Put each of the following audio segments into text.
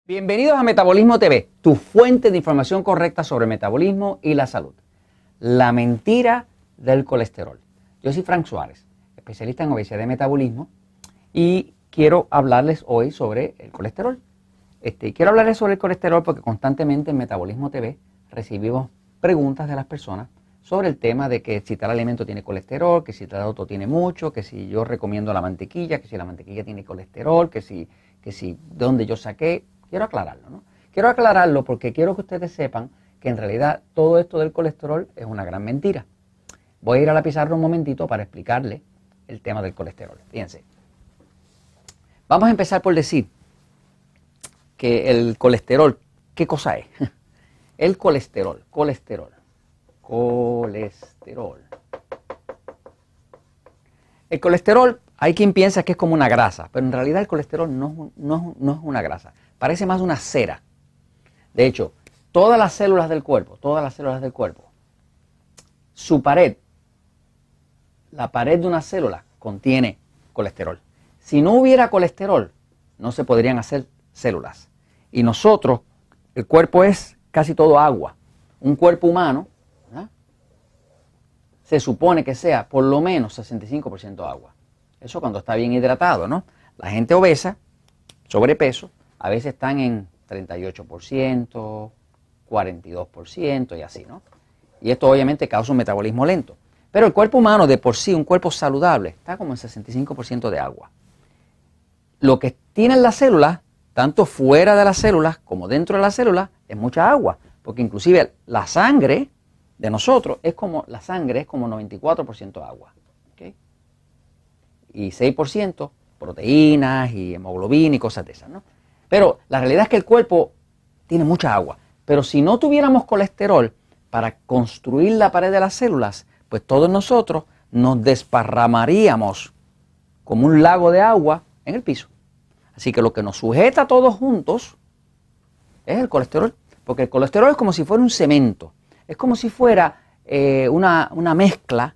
Bienvenidos a Metabolismo TV, tu fuente de información correcta sobre el metabolismo y la salud. La mentira del colesterol. Yo soy Frank Suárez, especialista en obesidad y metabolismo, y quiero hablarles hoy sobre el colesterol. Quiero hablarles sobre el colesterol porque constantemente en Metabolismo TV recibimos preguntas de las personas sobre el tema de que si tal alimento tiene colesterol, que si tal otro tiene mucho, que si yo recomiendo la mantequilla, que si la mantequilla tiene colesterol, que si de dónde yo saqué. Quiero aclararlo, ¿no? Quiero aclararlo porque quiero que ustedes sepan que en realidad todo esto del colesterol es una gran mentira. Voy a ir a la pizarra un momentito para explicarle el tema del colesterol. Fíjense. Vamos a empezar por decir que el colesterol, ¿qué cosa es? El colesterol. El colesterol, hay quien piensa que es como una grasa, pero en realidad el colesterol no es una grasa. Parece más una cera. De hecho, todas las células del cuerpo, su pared, la pared de una célula contiene colesterol. Si no hubiera colesterol, no se podrían hacer células. Y nosotros, el cuerpo es casi todo agua. Un cuerpo humano, ¿verdad?, se supone que sea por lo menos 65% agua. Eso cuando está bien hidratado, ¿no? La gente obesa, sobrepeso, a veces están en 38%, 42% y así, ¿no? Y esto obviamente causa un metabolismo lento. Pero el cuerpo humano de por sí, un cuerpo saludable, está como en 65% de agua. Lo que tienen las células, tanto fuera de las células como dentro de las células, es mucha agua. Porque inclusive la sangre de nosotros es como 94% agua. ¿Okay? Y 6% proteínas y hemoglobina y cosas de esas, ¿no? Pero la realidad es que el cuerpo tiene mucha agua. Pero si no tuviéramos colesterol para construir la pared de las células, pues todos nosotros nos desparramaríamos como un lago de agua en el piso. Así que lo que nos sujeta a todos juntos es el colesterol. Porque el colesterol es como si fuera un cemento. Es como si fuera una mezcla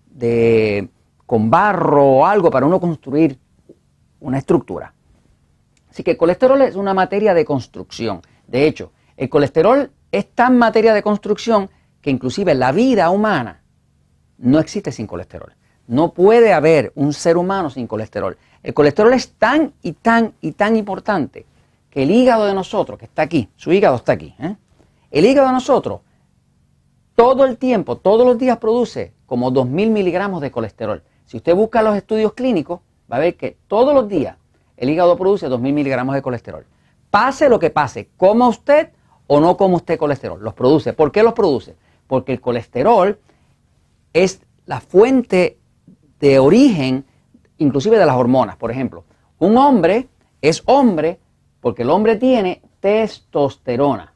con barro o algo para uno construir una estructura. Así que el colesterol es una materia de construcción. De hecho, el colesterol es tan materia de construcción que inclusive la vida humana no existe sin colesterol. No puede haber un ser humano sin colesterol. El colesterol es tan y tan importante que el hígado de nosotros, que está aquí, su hígado está aquí, el hígado de nosotros todo el tiempo, todos los días produce como 2000 miligramos de colesterol. Si usted busca los estudios clínicos, va a ver que todos los días el hígado produce 2000 miligramos de colesterol. Pase lo que pase, coma usted o no coma usted colesterol, los produce. ¿Por qué los produce? Porque el colesterol es la fuente de origen, inclusive de las hormonas. Por ejemplo, un hombre es hombre porque el hombre tiene testosterona.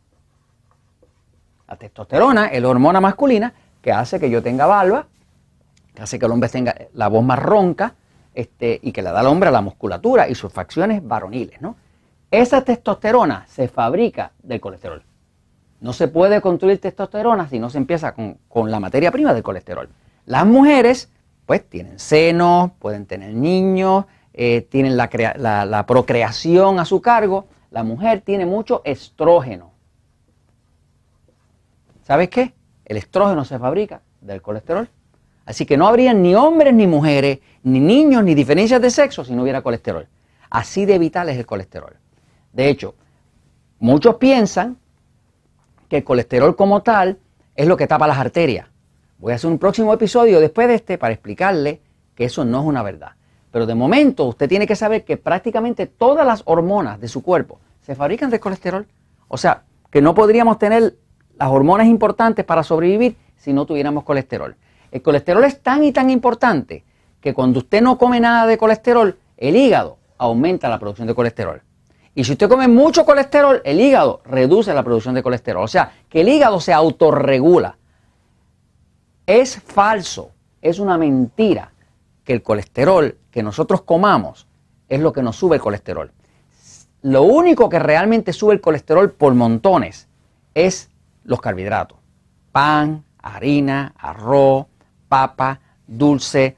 La testosterona es la hormona masculina que hace que yo tenga barba, que hace que el hombre tenga la voz más ronca, y que le da al hombre la musculatura y sus facciones varoniles, ¿no? Esa testosterona se fabrica del colesterol. No se puede construir testosterona si no se empieza con la materia prima del colesterol. Las mujeres, pues, tienen senos, pueden tener niños, tienen la procreación a su cargo. La mujer tiene mucho estrógeno. ¿Sabes qué? El estrógeno se fabrica del colesterol. Así que no habría ni hombres ni mujeres, ni niños, ni diferencias de sexo si no hubiera colesterol. Así de vital es el colesterol. De hecho, muchos piensan que el colesterol como tal es lo que tapa las arterias. Voy a hacer un próximo episodio después de este para explicarle que eso no es una verdad. Pero de momento usted tiene que saber que prácticamente todas las hormonas de su cuerpo se fabrican de colesterol. O sea, que no podríamos tener las hormonas importantes para sobrevivir si no tuviéramos colesterol. El colesterol es tan y tan importante que cuando usted no come nada de colesterol, el hígado aumenta la producción de colesterol. Y si usted come mucho colesterol, el hígado reduce la producción de colesterol. O sea, que el hígado se autorregula. Es falso, es una mentira que el colesterol que nosotros comamos es lo que nos sube el colesterol. Lo único que realmente sube el colesterol por montones es los carbohidratos. Pan, harina, arroz, papa, dulce,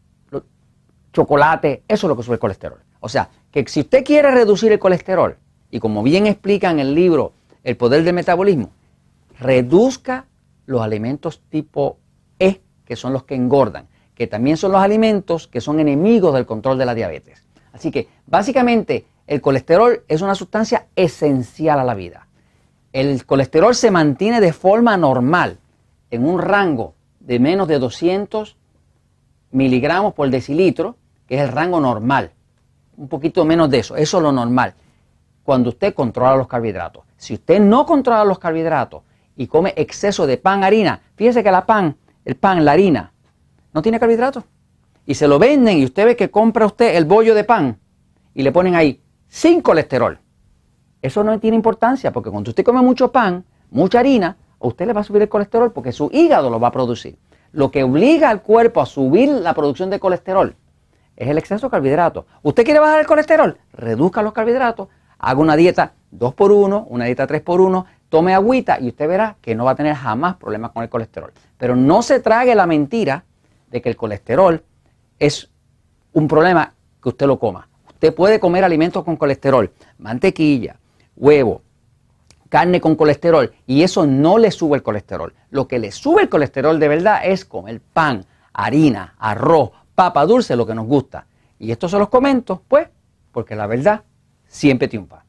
chocolate, eso es lo que sube el colesterol. O sea, que si usted quiere reducir el colesterol y como bien explica en el libro El poder del metabolismo, reduzca los alimentos tipo E, que son los que engordan, que también son los alimentos que son enemigos del control de la diabetes. Así que básicamente el colesterol es una sustancia esencial a la vida. El colesterol se mantiene de forma normal en un rango de menos de 200 miligramos por decilitro, que es el rango normal. Un poquito menos de eso, eso es lo normal. Cuando usted controla los carbohidratos. Si usted no controla los carbohidratos y come exceso de pan, harina, fíjese que la harina, no tiene carbohidratos. Y se lo venden y usted ve que compra usted el bollo de pan y le ponen ahí sin colesterol. Eso no tiene importancia porque cuando usted come mucho pan, mucha harina, a usted le va a subir el colesterol porque su hígado lo va a producir. Lo que obliga al cuerpo a subir la producción de colesterol es el exceso de carbohidratos. ¿Usted quiere bajar el colesterol? Reduzca los carbohidratos, haga una dieta 2x1, una dieta 3x1, tome agüita y usted verá que no va a tener jamás problemas con el colesterol. Pero no se trague la mentira de que el colesterol es un problema que usted lo coma. Usted puede comer alimentos con colesterol, mantequilla, huevo, carne con colesterol y eso no le sube el colesterol. Lo que le sube el colesterol de verdad es comer pan, harina, arroz, papa dulce, lo que nos gusta. Y esto se los comento, pues, porque la verdad siempre triunfa.